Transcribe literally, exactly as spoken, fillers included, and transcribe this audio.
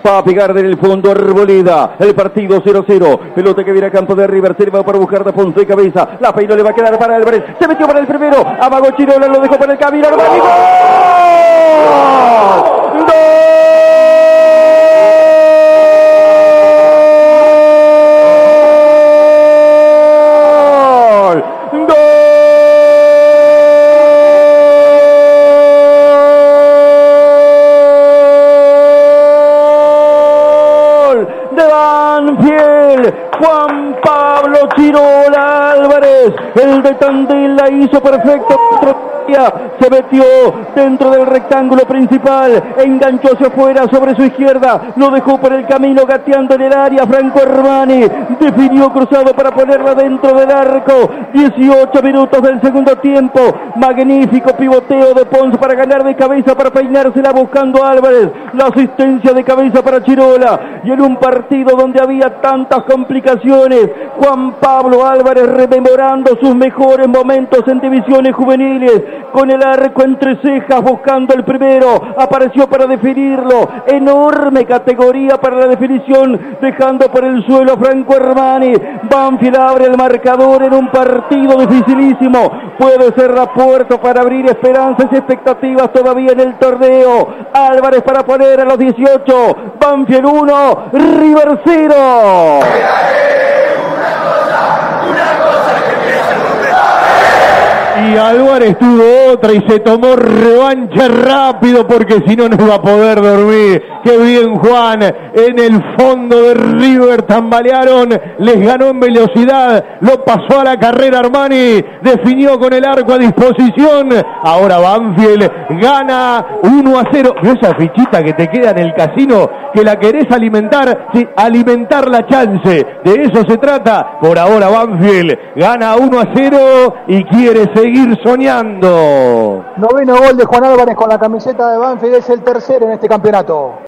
Va a pegar en el fondo Arboleda. El partido cero cero. Pelota que viene a campo de River. Se va para buscar de fondo de cabeza. La peinó, le va a quedar para Álvarez. Se metió para el primero. Amagó Chirola, lo dejó para el camino. ¡Armani! ¡Gol! ¡Gol! Juan Pablo Chirola Álvarez, el de Tandil, la hizo perfecto. Se metió dentro del rectángulo principal, enganchó hacia afuera sobre su izquierda, lo dejó por el camino gateando en el área. Franco Armani definió cruzado para ponerla dentro del arco. dieciocho minutos del segundo tiempo. Magnífico pivoteo de Pons para ganar de cabeza, para peinársela buscando a Álvarez. La asistencia de cabeza para Chirola. Y en un partido donde había tantas complicaciones, Juan Pablo Álvarez rememorando sus mejores momentos en divisiones juveniles, con el arco entre cejas buscando el primero, apareció para definirlo. Enorme categoría para la definición, dejando por el suelo a Franco Armani. Banfield abre el marcador en un partido dificilísimo. Puede ser la puerta para abrir esperanzas y expectativas todavía en el torneo. Álvarez para poner a los dieciocho. Banfield uno, River cero. Y Álvarez tuvo otra y se tomó revancha rápido, porque si no, no iba a poder dormir. Qué bien, Juan. En el fondo de River tambalearon, les ganó en velocidad, lo pasó a la carrera Armani, definió con el arco a disposición. Ahora Banfield gana uno a cero. Esa fichita que te queda en el casino, que la querés alimentar, sí, alimentar la chance, de eso se trata. Por ahora Banfield gana uno a cero y quiere seguir seguir soñando. Noveno gol de Juan Álvarez con la camiseta de Banfield, es el tercero en este campeonato.